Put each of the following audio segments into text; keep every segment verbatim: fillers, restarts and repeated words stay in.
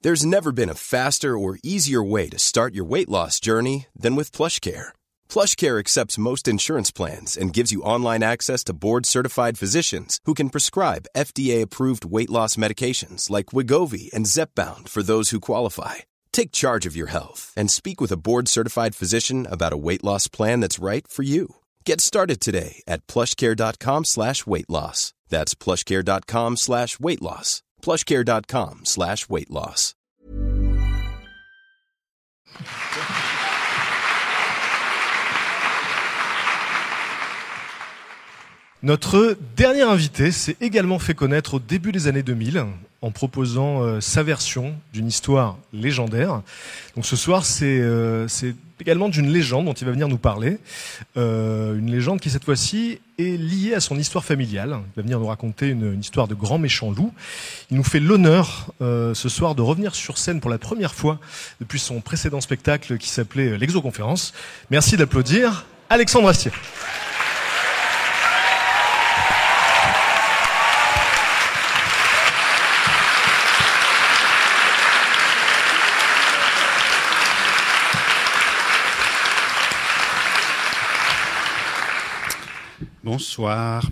There's never been a faster or easier way to start your weight loss journey than with PlushCare. PlushCare accepts most insurance plans and gives you online access to board-certified physicians who can prescribe F D A-approved weight loss medications like Wegovy and Zepbound for those who qualify. Take charge of your health and speak with a board-certified physician about a weight loss plan that's right for you. Get started today at plushcare.com slash weight loss. That's plushcare.com slash weight loss. plushcare.com slash weight loss. Notre dernier invité s'est également fait connaître au début des années deux mille en proposant euh, sa version d'une histoire légendaire. Donc ce soir, c'est, euh, c'est également d'une légende dont il va venir nous parler. Euh, une légende qui, cette fois-ci, est liée à son histoire familiale. Il va venir nous raconter une, une histoire de grand méchant loup. Il nous fait l'honneur euh, ce soir de revenir sur scène pour la première fois depuis son précédent spectacle qui s'appelait l'Exoconférence. Merci d'applaudir Alexandre Astier. Bonsoir.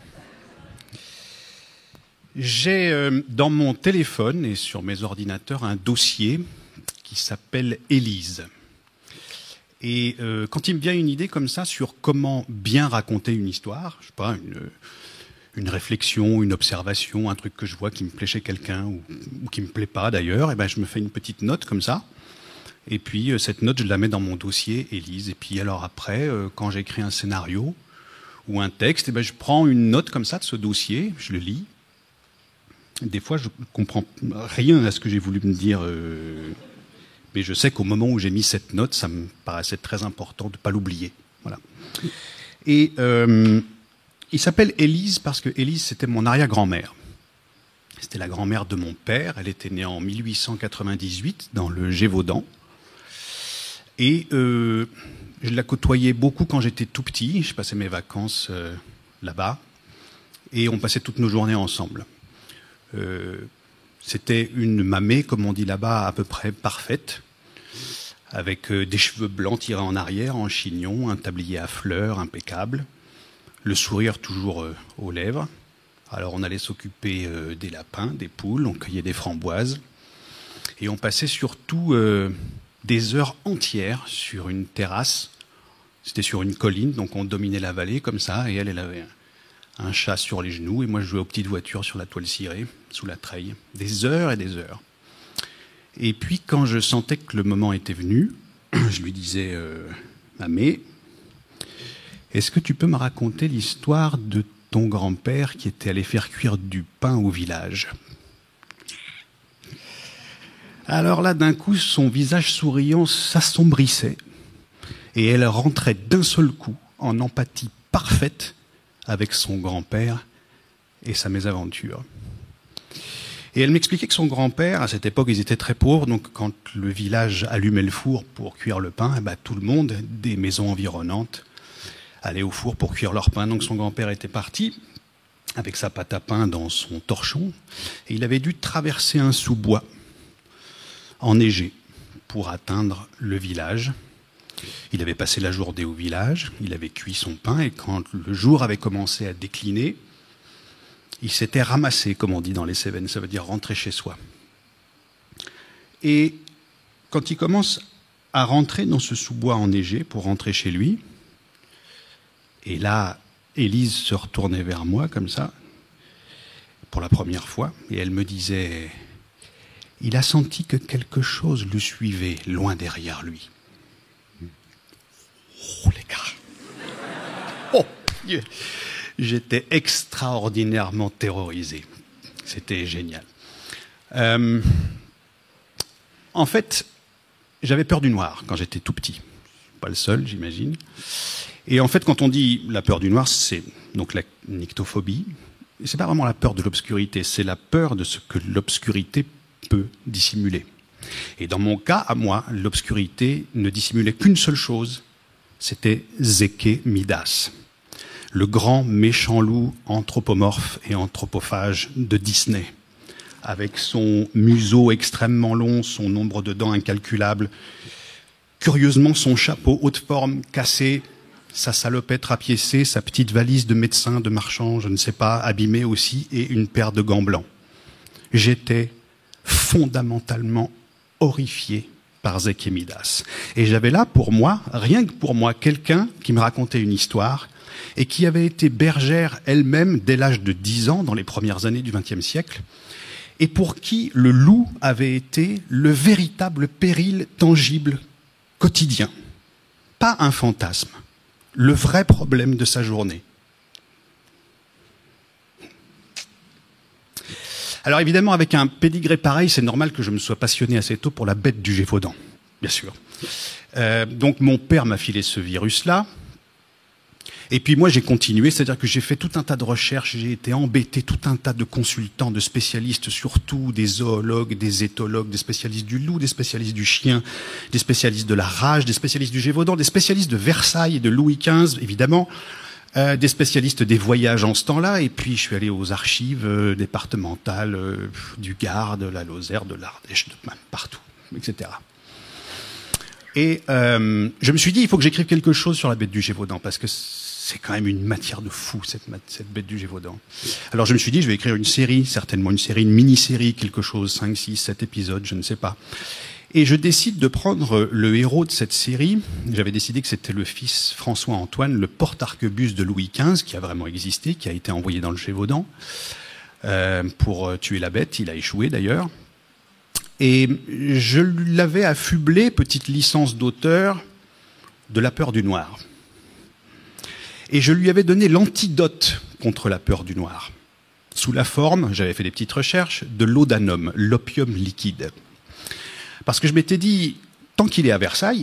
J'ai euh, dans mon téléphone et sur mes ordinateurs un dossier qui s'appelle Élise. Et euh, quand il me vient une idée comme ça sur comment bien raconter une histoire, je sais pas, une, une réflexion, une observation, un truc que je vois qui me plaît chez quelqu'un ou, ou qui me plaît pas d'ailleurs, et ben je me fais une petite note comme ça. Et puis euh, cette note, je la mets dans mon dossier Élise. Et puis alors après, euh, quand j'écris un scénario ou un texte, et ben je prends une note comme ça de ce dossier, je le lis. Des fois, je ne comprends rien à ce que j'ai voulu me dire, euh, mais je sais qu'au moment où j'ai mis cette note, ça me paraissait très important de ne pas l'oublier. Voilà. Et euh, il s'appelle Élise parce que Élise, c'était mon arrière-grand-mère. C'était la grand-mère de mon père. Elle était née en mille huit cent quatre-vingt-dix-huit dans le Gévaudan. Et euh, je la côtoyais beaucoup quand j'étais tout petit. Je passais mes vacances euh, là-bas. Et on passait toutes nos journées ensemble. Euh, c'était une mamée, comme on dit là-bas, à peu près parfaite, avec euh, des cheveux blancs tirés en arrière, en chignon, un tablier à fleurs impeccable, le sourire toujours euh, aux lèvres. Alors on allait s'occuper euh, des lapins, des poules, on cueillait des framboises, et on passait surtout euh, des heures entières sur une terrasse. C'était sur une colline, donc on dominait la vallée comme ça, et elle, elle avait un, un chat sur les genoux, et moi je jouais aux petites voitures sur la toile cirée, sous la treille, des heures et des heures. Et puis quand je sentais que le moment était venu, je lui disais euh, « Mamé, est-ce que tu peux me raconter l'histoire de ton grand-père qui était allé faire cuire du pain au village ?» Alors là, d'un coup, son visage souriant s'assombrissait, et elle rentrait d'un seul coup en empathie parfaite avec son grand-père et sa mésaventure. Et elle m'expliquait que son grand-père, à cette époque, ils étaient très pauvres, donc quand le village allumait le four pour cuire le pain, eh ben, tout le monde, des maisons environnantes, allait au four pour cuire leur pain. Donc son grand-père était parti avec sa pâte à pain dans son torchon, et il avait dû traverser un sous-bois enneigé pour atteindre le village. Il avait passé la journée au village, il avait cuit son pain, et quand le jour avait commencé à décliner, il s'était ramassé, comme on dit dans les Cévennes, ça veut dire rentrer chez soi. Et quand il commence à rentrer dans ce sous-bois enneigé pour rentrer chez lui, et là, Élise se retournait vers moi, comme ça, pour la première fois, et elle me disait, il a senti que quelque chose le suivait loin derrière lui. Oh, les gars! Oh, Dieu! J'étais extraordinairement terrorisé. C'était génial. Euh, en fait, j'avais peur du noir quand j'étais tout petit. Pas le seul, j'imagine. Et en fait, quand on dit la peur du noir, c'est donc la nyctophobie. C'est pas vraiment la peur de l'obscurité, c'est la peur de ce que l'obscurité peut dissimuler. Et dans mon cas, à moi, l'obscurité ne dissimulait qu'une seule chose, c'était Zéké Midas, le grand méchant loup anthropomorphe et anthropophage de Disney, avec son museau extrêmement long, son nombre de dents incalculable, curieusement son chapeau haute forme cassé, sa salopette rapiécée, sa petite valise de médecin, de marchand, je ne sais pas, abîmée aussi, et une paire de gants blancs. J'étais fondamentalement horrifié par Zeki Midas. Et j'avais là pour moi, rien que pour moi, quelqu'un qui me racontait une histoire et qui avait été bergère elle-même dès l'âge de dix ans, dans les premières années du vingtième siècle, et pour qui le loup avait été le véritable péril tangible, quotidien. Pas un fantasme, le vrai problème de sa journée. Alors évidemment, avec un pédigré pareil, c'est normal que je me sois passionné assez tôt pour la bête du Gévaudan, bien sûr. Euh, donc mon père m'a filé ce virus-là, et puis moi j'ai continué, c'est-à-dire que j'ai fait tout un tas de recherches, j'ai été embêté, tout un tas de consultants, de spécialistes, surtout des zoologues, des éthologues, des spécialistes du loup, des spécialistes du chien, des spécialistes de la rage, des spécialistes du Gévaudan, des spécialistes de Versailles et de Louis quinze, évidemment. Euh, des spécialistes des voyages en ce temps-là, et puis je suis allé aux archives euh, départementales euh, du Gard, de la Lozère, de l'Ardèche, de même partout, et cetera. Et euh, je me suis dit, il faut que j'écrive quelque chose sur la bête du Gévaudan, parce que c'est quand même une matière de fou, cette, cette bête du Gévaudan. Alors je me suis dit, je vais écrire une série, certainement une série, une mini-série, quelque chose, cinq, six, sept épisodes, je ne sais pas. Et je décide de prendre le héros de cette série. J'avais décidé que c'était le fils François-Antoine, le porte-arquebuse de Louis quinze, qui a vraiment existé, qui a été envoyé dans le Gévaudan euh, pour tuer la bête. Il a échoué d'ailleurs. Et je l'avais affublé, petite licence d'auteur, de la peur du noir. Et je lui avais donné l'antidote contre la peur du noir, sous la forme, j'avais fait des petites recherches, de l'odanum, l'opium liquide. Parce que je m'étais dit, tant qu'il est à Versailles,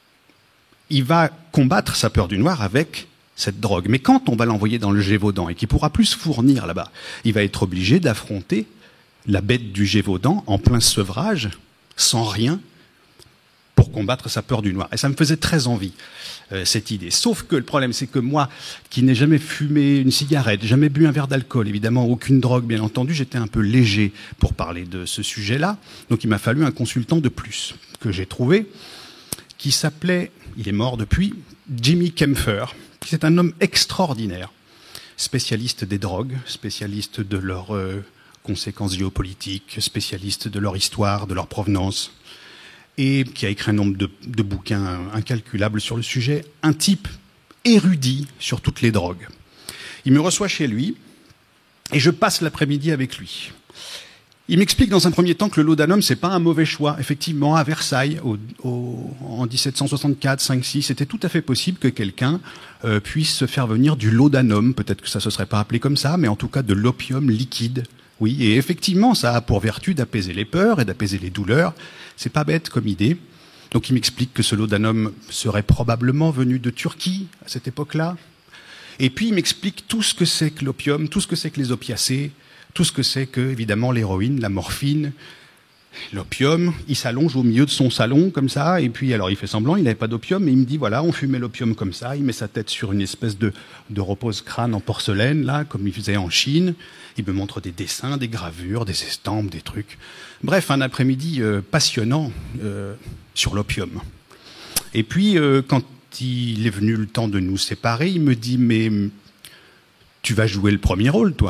il va combattre sa peur du noir avec cette drogue. Mais quand on va l'envoyer dans le Gévaudan et qu'il pourra plus se fournir là-bas, il va être obligé d'affronter la bête du Gévaudan en plein sevrage, sans rien, pour combattre sa peur du noir. Et ça me faisait très envie, euh, cette idée. Sauf que le problème, c'est que moi, qui n'ai jamais fumé une cigarette, jamais bu un verre d'alcool, évidemment aucune drogue, bien entendu, j'étais un peu léger pour parler de ce sujet-là. Donc il m'a fallu un consultant de plus, que j'ai trouvé, qui s'appelait, il est mort depuis, Jimmy Kempfer. C'est un homme extraordinaire, spécialiste des drogues, spécialiste de leurs euh, conséquences géopolitiques, spécialiste de leur histoire, de leur provenance, et qui a écrit un nombre de, de bouquins incalculables sur le sujet, un type érudit sur toutes les drogues. Il me reçoit chez lui, et je passe l'après-midi avec lui. Il m'explique dans un premier temps que le laudanum, c'est pas un mauvais choix. Effectivement, à Versailles, au, au, en dix-sept cent soixante-quatre, cinq, six, c'était tout à fait possible que quelqu'un euh, puisse se faire venir du laudanum, peut-être que ça se serait pas appelé comme ça, mais en tout cas de l'opium liquide. Oui, et effectivement, ça a pour vertu d'apaiser les peurs et d'apaiser les douleurs. C'est pas bête comme idée. Donc il m'explique que ce laudanum serait probablement venu de Turquie à cette époque-là. Et puis il m'explique tout ce que c'est que l'opium, tout ce que c'est que les opiacés, tout ce que c'est que, évidemment, l'héroïne, la morphine, l'opium. Il s'allonge au milieu de son salon, comme ça, et puis, alors, il fait semblant, il n'avait pas d'opium, mais il me dit, voilà, on fumait l'opium comme ça, il met sa tête sur une espèce de, de repose-crâne en porcelaine, là, comme il faisait en Chine. Il me montre des dessins, des gravures, des estampes, des trucs. Bref, un après-midi euh, passionnant euh, sur l'opium. Et puis, euh, quand il est venu le temps de nous séparer, il me dit, mais tu vas jouer le premier rôle, toi ?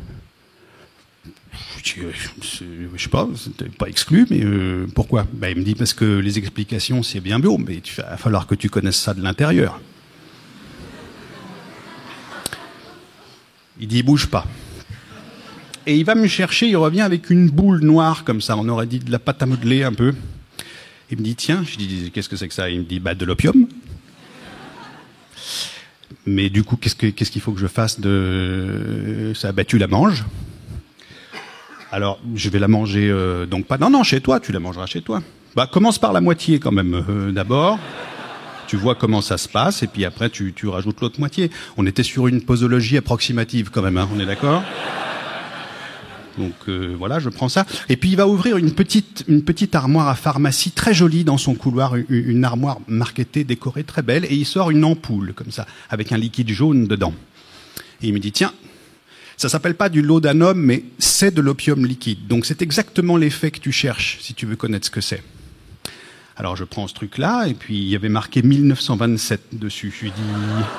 Je ne sais pas, c'était pas exclu, mais euh, pourquoi ? Ben, il me dit, parce que les explications, c'est bien beau, mais il va falloir que tu connaisses ça de l'intérieur. Il dit, bouge pas. Et il va me chercher, il revient avec une boule noire, comme ça, on aurait dit de la pâte à modeler un peu. Il me dit, tiens, je dis, qu'est-ce que c'est que ça ? Il me dit, bah, de l'opium. Mais du coup, qu'est-ce que, qu'est-ce qu'il faut que je fasse de ça ? Bah, tu la manges. Alors, je vais la manger, euh, donc pas... Non, non, chez toi, tu la mangeras chez toi. Bah, commence par la moitié quand même, euh, d'abord. Tu vois comment ça se passe, et puis après, tu, tu rajoutes l'autre moitié. On était sur une posologie approximative quand même, hein, on est d'accord ? Donc euh, voilà, je prends ça. Et puis il va ouvrir une petite, une petite armoire à pharmacie très jolie dans son couloir, une, une armoire marquetée, décorée, très belle, et il sort une ampoule, comme ça, avec un liquide jaune dedans. Et il me dit, tiens, Ça s'appelle pas du laudanum, mais c'est de l'opium liquide. Donc c'est exactement l'effet que tu cherches, si tu veux connaître ce que c'est. Alors je prends ce truc-là, et puis il y avait marqué mille neuf cent vingt-sept dessus. Je lui dis...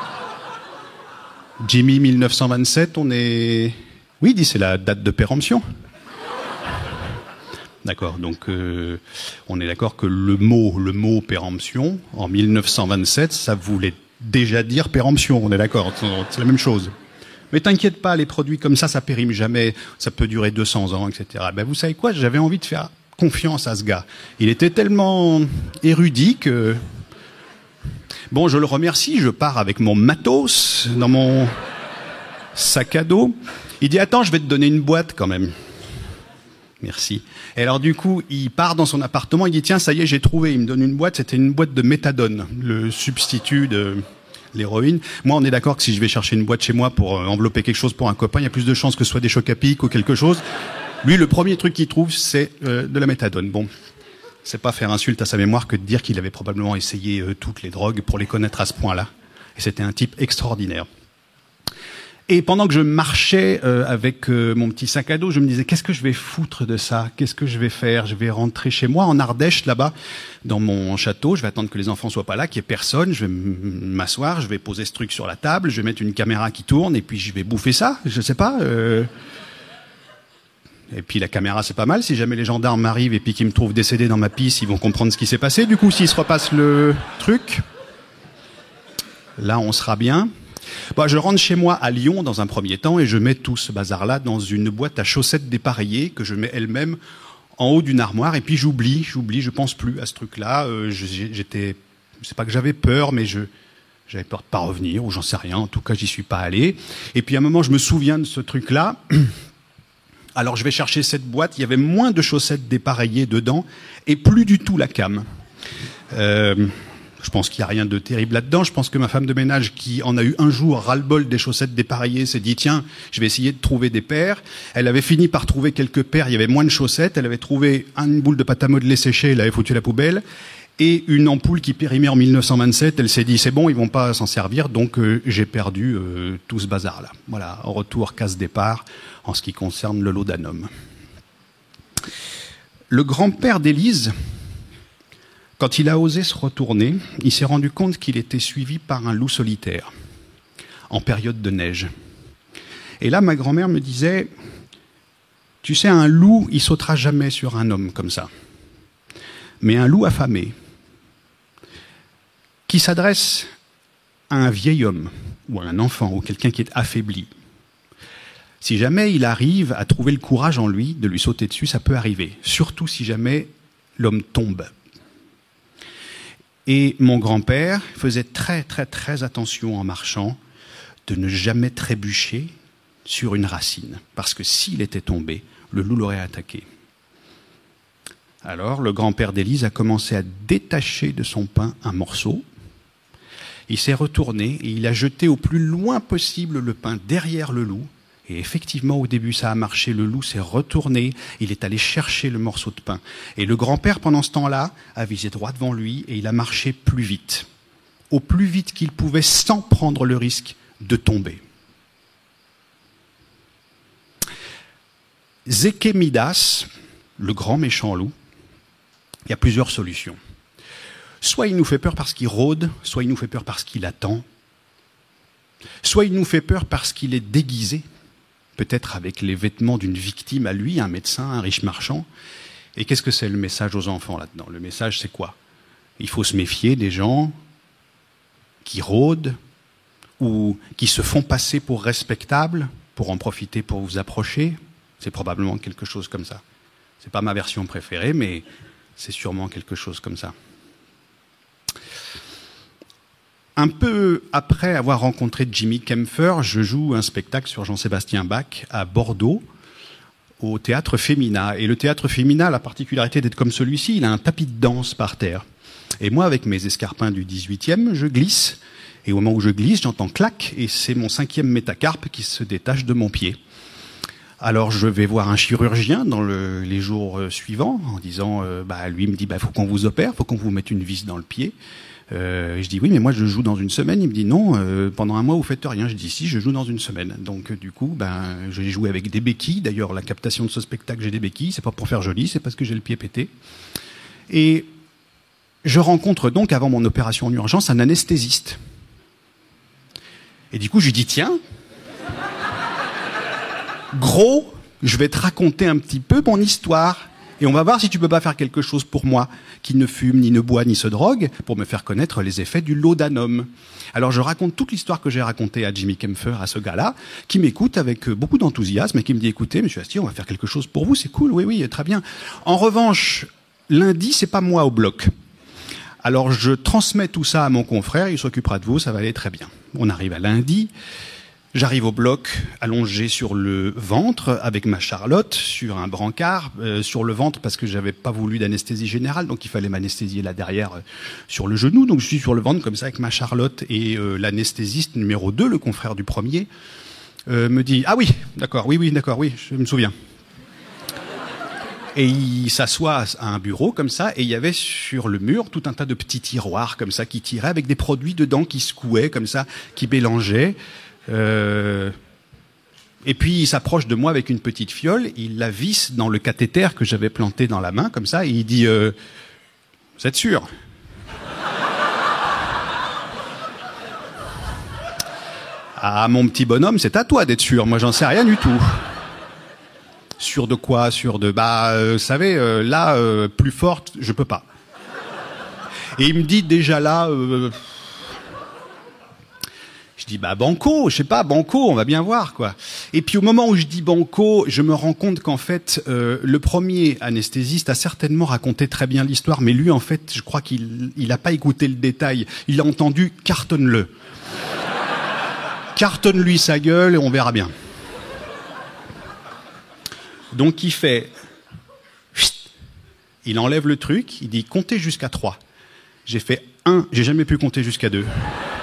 Jimmy, mille neuf cent vingt-sept, on est... Oui, il dit, c'est la date de péremption. D'accord, donc euh, on est d'accord que le mot, le mot péremption, en mille neuf cent vingt-sept, ça voulait déjà dire péremption, on est d'accord, c'est la même chose. Mais t'inquiète pas, les produits comme ça, ça périme jamais, ça peut durer deux cents ans, et cetera. Ben, vous savez quoi, j'avais envie de faire confiance à ce gars. Il était tellement érudit que... Bon, je le remercie, je pars avec mon matos dans mon sac à dos. Il dit, attends, je vais te donner une boîte quand même. Merci. Et alors du coup, il part dans son appartement, il dit, tiens, ça y est, j'ai trouvé. Il me donne une boîte, c'était une boîte de méthadone, le substitut de l'héroïne. Moi, on est d'accord que si je vais chercher une boîte chez moi pour envelopper quelque chose pour un copain, il y a plus de chances que ce soit des chocs à pic ou quelque chose. Lui, le premier truc qu'il trouve, c'est euh, de la méthadone. Bon, c'est pas faire insulte à sa mémoire que de dire qu'il avait probablement essayé euh, toutes les drogues pour les connaître à ce point-là. Et c'était un type extraordinaire. Et pendant que je marchais euh, avec euh, mon petit sac à dos, je me disais, qu'est-ce que je vais foutre de ça? Qu'est-ce que je vais faire? Je vais rentrer chez moi en Ardèche, là-bas, dans mon château. Je vais attendre que les enfants soient pas là, qu'il y ait personne. Je vais m'asseoir, je vais poser ce truc sur la table, je vais mettre une caméra qui tourne, et puis je vais bouffer ça. Je sais pas. Euh... Et puis la caméra, c'est pas mal. Si jamais les gendarmes arrivent et puis qu'ils me trouvent décédé dans ma pisse, ils vont comprendre ce qui s'est passé. Du coup, s'ils se repassent le truc, là, on sera bien. Bon, je rentre chez moi à Lyon dans un premier temps et je mets tout ce bazar-là dans une boîte à chaussettes dépareillées que je mets elle-même en haut d'une armoire, et puis j'oublie, j'oublie, je pense plus à ce truc-là. Euh, j'étais, c'est pas que j'avais peur, mais je j'avais peur de pas revenir, ou j'en sais rien. En tout cas, j'y suis pas allé. Et puis à un moment, je me souviens de ce truc-là. Alors je vais chercher cette boîte. Il y avait moins de chaussettes dépareillées dedans et plus du tout la cam. Euh, Je pense qu'il n'y a rien de terrible là-dedans. Je pense que ma femme de ménage, qui en a eu un jour ras-le-bol des chaussettes dépareillées, s'est dit, tiens, je vais essayer de trouver des paires. Elle avait fini par trouver quelques paires, il y avait moins de chaussettes. Elle avait trouvé une boule de pâte à modeler séchée, elle avait foutu à la poubelle. Et une ampoule qui périmait en mille neuf cent vingt-sept, elle s'est dit, c'est bon, ils vont pas s'en servir, donc euh, j'ai perdu euh, tout ce bazar-là. Voilà, en retour, casse-départ, en ce qui concerne le laudanum. Le grand-père d'Élise... Quand il a osé se retourner, il s'est rendu compte qu'il était suivi par un loup solitaire, en période de neige. Et là, ma grand-mère me disait, tu sais, un loup, il sautera jamais sur un homme comme ça. Mais un loup affamé, qui s'adresse à un vieil homme, ou à un enfant, ou quelqu'un qui est affaibli, si jamais il arrive à trouver le courage en lui de lui sauter dessus, ça peut arriver. Surtout si jamais l'homme tombe. Et mon grand-père faisait très, très, très attention en marchant de ne jamais trébucher sur une racine. Parce que s'il était tombé, le loup l'aurait attaqué. Alors, le grand-père d'Élise a commencé à détacher de son pain un morceau. Il s'est retourné et il a jeté au plus loin possible le pain derrière le loup. Et effectivement, au début, ça a marché. Le loup s'est retourné. Il est allé chercher le morceau de pain. Et le grand-père, pendant ce temps-là, a visé droit devant lui et il a marché plus vite. Au plus vite qu'il pouvait, sans prendre le risque de tomber. Zékémidas, le grand méchant loup, il y a plusieurs solutions. Soit il nous fait peur parce qu'il rôde, soit il nous fait peur parce qu'il attend, soit il nous fait peur parce qu'il est déguisé, peut-être avec les vêtements d'une victime à lui, un médecin, un riche marchand. Et qu'est-ce que c'est le message aux enfants là-dedans? Le message, c'est quoi? Il faut se méfier des gens qui rôdent ou qui se font passer pour respectables, pour en profiter pour vous approcher. C'est probablement quelque chose comme ça. C'est pas ma version préférée, mais c'est sûrement quelque chose comme ça. Un peu après avoir rencontré Jimmy Kempfer, je joue un spectacle sur Jean-Sébastien Bach à Bordeaux, au Théâtre Femina. Et le Théâtre Femina a la particularité d'être comme celui-ci, il a un tapis de danse par terre. Et moi, avec mes escarpins du dix-huitième, je glisse. Et au moment où je glisse, j'entends clac, et c'est mon cinquième métacarpe qui se détache de mon pied. Alors je vais voir un chirurgien dans le, les jours suivants, en disant, euh, bah lui me dit, bah faut qu'on vous opère, faut qu'on vous mette une vis dans le pied. Euh, et je dis oui, mais moi je joue dans une semaine. Il me dit non, euh, pendant un mois vous faites rien. Je dis si, je joue dans une semaine. Donc euh, du coup, ben j'ai joué avec des béquilles. D'ailleurs, la captation de ce spectacle, j'ai des béquilles. C'est pas pour faire joli, c'est parce que j'ai le pied pété. Et je rencontre donc avant mon opération en urgence un anesthésiste. Et du coup, je lui dis tiens, gros, je vais te raconter un petit peu mon histoire. Et on va voir si tu peux pas faire quelque chose pour moi, qui ne fume, ni ne boit, ni se drogue, pour me faire connaître les effets du laudanum. Alors je raconte toute l'histoire que j'ai racontée à Jimmy Kempfer, à ce gars-là, qui m'écoute avec beaucoup d'enthousiasme et qui me dit, écoutez, monsieur Astier, on va faire quelque chose pour vous, c'est cool, oui, oui, très bien. En revanche, lundi, c'est pas moi au bloc. Alors je transmets tout ça à mon confrère, il s'occupera de vous, ça va aller très bien. On arrive à lundi. J'arrive au bloc, allongé sur le ventre, avec ma Charlotte, sur un brancard, euh, sur le ventre, parce que j'avais pas voulu d'anesthésie générale, donc il fallait m'anesthésier là derrière, euh, sur le genou. Donc je suis sur le ventre, comme ça, avec ma Charlotte, et euh, l'anesthésiste numéro deux, le confrère du premier, euh, me dit « Ah oui, d'accord, oui, oui, d'accord, oui, je me souviens ». Et il s'assoit à un bureau, comme ça, et il y avait sur le mur tout un tas de petits tiroirs, comme ça, qui tiraient, avec des produits dedans qui secouaient, comme ça, qui mélangeaient. Euh, et puis il s'approche de moi avec une petite fiole, il la visse dans le cathéter que j'avais planté dans la main, comme ça, et il dit euh, « Vous êtes sûr ?» Ah, mon petit bonhomme, c'est à toi d'être sûr, moi j'en sais rien du tout. Sûr de quoi? Sûr de... Bah, euh, vous savez, euh, là, euh, plus forte, je peux pas. Et il me dit déjà là... Euh, Je dis, bah, banco, je sais pas, banco, on va bien voir, quoi. Et puis, au moment où je dis banco, je me rends compte qu'en fait, euh, le premier anesthésiste a certainement raconté très bien l'histoire, mais lui, en fait, je crois qu'il, il a pas écouté le détail. Il a entendu, cartonne-le. Cartonne-lui sa gueule et on verra bien. Donc, il fait, il enlève le truc, il dit, comptez jusqu'à trois. J'ai fait un, j'ai jamais pu compter jusqu'à deux.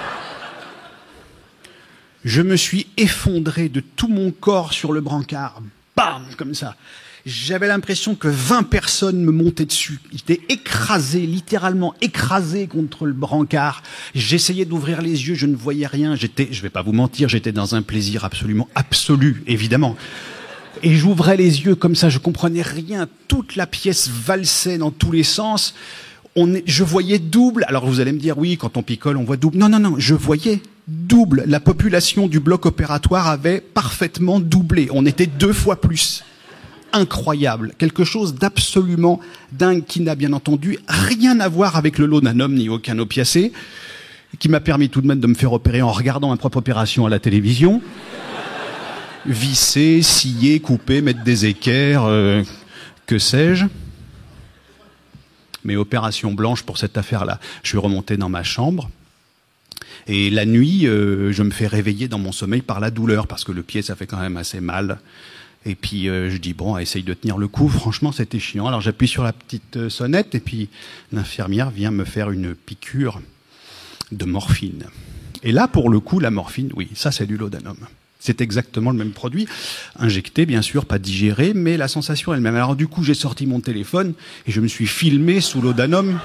Je me suis effondré de tout mon corps sur le brancard. Bam, comme ça. J'avais l'impression que vingt personnes me montaient dessus. J'étais écrasé, littéralement écrasé contre le brancard. J'essayais d'ouvrir les yeux, je ne voyais rien. J'étais, je vais pas vous mentir, j'étais dans un plaisir absolument absolu, évidemment. Et j'ouvrais les yeux comme ça, je comprenais rien. Toute la pièce valsait dans tous les sens. On est, je voyais double. Alors vous allez me dire, oui, quand on picole, on voit double. Non, non, non, je voyais double. La population du bloc opératoire avait parfaitement doublé. On était deux fois plus. Incroyable. Quelque chose d'absolument dingue qui n'a bien entendu rien à voir avec le laudanum ni aucun opiacé, qui m'a permis tout de même de me faire opérer en regardant ma propre opération à la télévision. Visser, scier, couper, mettre des équerres, euh, que sais-je. Mais opération blanche pour cette affaire-là. Je suis remonté dans ma chambre. Et la nuit, euh, je me fais réveiller dans mon sommeil par la douleur, parce que le pied, ça fait quand même assez mal. Et puis, euh, je dis, bon, essaye de tenir le coup. Franchement, c'était chiant. Alors, j'appuie sur la petite sonnette, et puis l'infirmière vient me faire une piqûre de morphine. Et là, pour le coup, la morphine, oui, ça, c'est du laudanum. C'est exactement le même produit, injecté, bien sûr, pas digéré, mais la sensation elle-même. Alors, du coup, j'ai sorti mon téléphone, et je me suis filmé sous laudanum.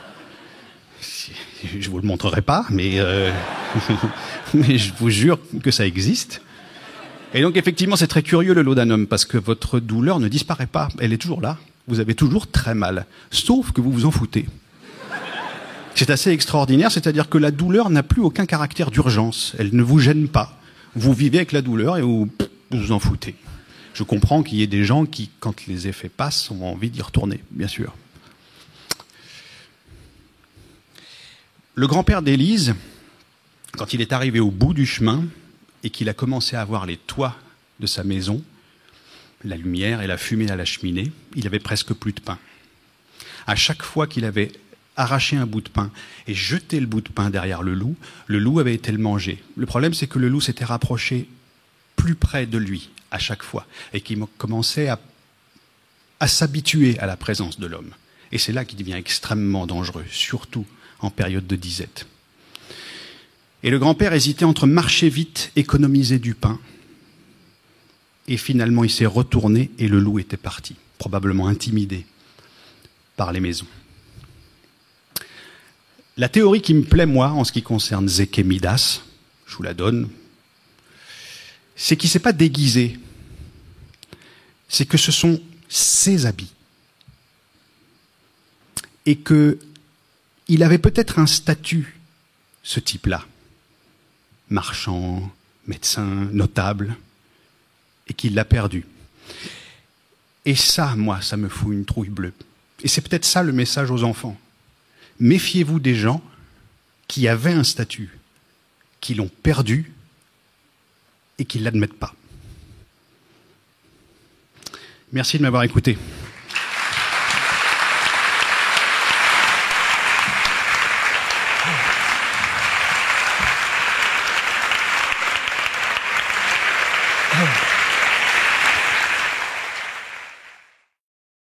Je vous le montrerai pas, mais, euh, mais je vous jure que ça existe. Et donc, effectivement, c'est très curieux, le laudanum, parce que votre douleur ne disparaît pas. Elle est toujours là. Vous avez toujours très mal. Sauf que vous vous en foutez. C'est assez extraordinaire, c'est-à-dire que la douleur n'a plus aucun caractère d'urgence. Elle ne vous gêne pas. Vous vivez avec la douleur et vous vous, vous en foutez. Je comprends qu'il y ait des gens qui, quand les effets passent, ont envie d'y retourner, bien sûr. Le grand-père d'Élise, quand il est arrivé au bout du chemin et qu'il a commencé à voir les toits de sa maison, la lumière et la fumée à la cheminée, il avait presque plus de pain. À chaque fois qu'il avait arraché un bout de pain et jeté le bout de pain derrière le loup, le loup avait été le manger. Le problème, c'est que le loup s'était rapproché plus près de lui à chaque fois et qu'il commençait à, à s'habituer à la présence de l'homme. Et c'est là qu'il devient extrêmement dangereux, surtout en période de disette. Et le grand-père hésitait entre marcher vite, économiser du pain, et finalement il s'est retourné et le loup était parti, probablement intimidé par les maisons. La théorie qui me plaît, moi, en ce qui concerne Zeke Midas, je vous la donne, c'est qu'il ne s'est pas déguisé. C'est que ce sont ses habits. Et qu'il avait peut-être un statut, ce type-là, marchand, médecin, notable, et qu'il l'a perdu. Et ça, moi, ça me fout une trouille bleue. Et c'est peut-être ça le message aux enfants. Méfiez-vous des gens qui avaient un statut, qui l'ont perdu et qui ne l'admettent pas. Merci de m'avoir écouté.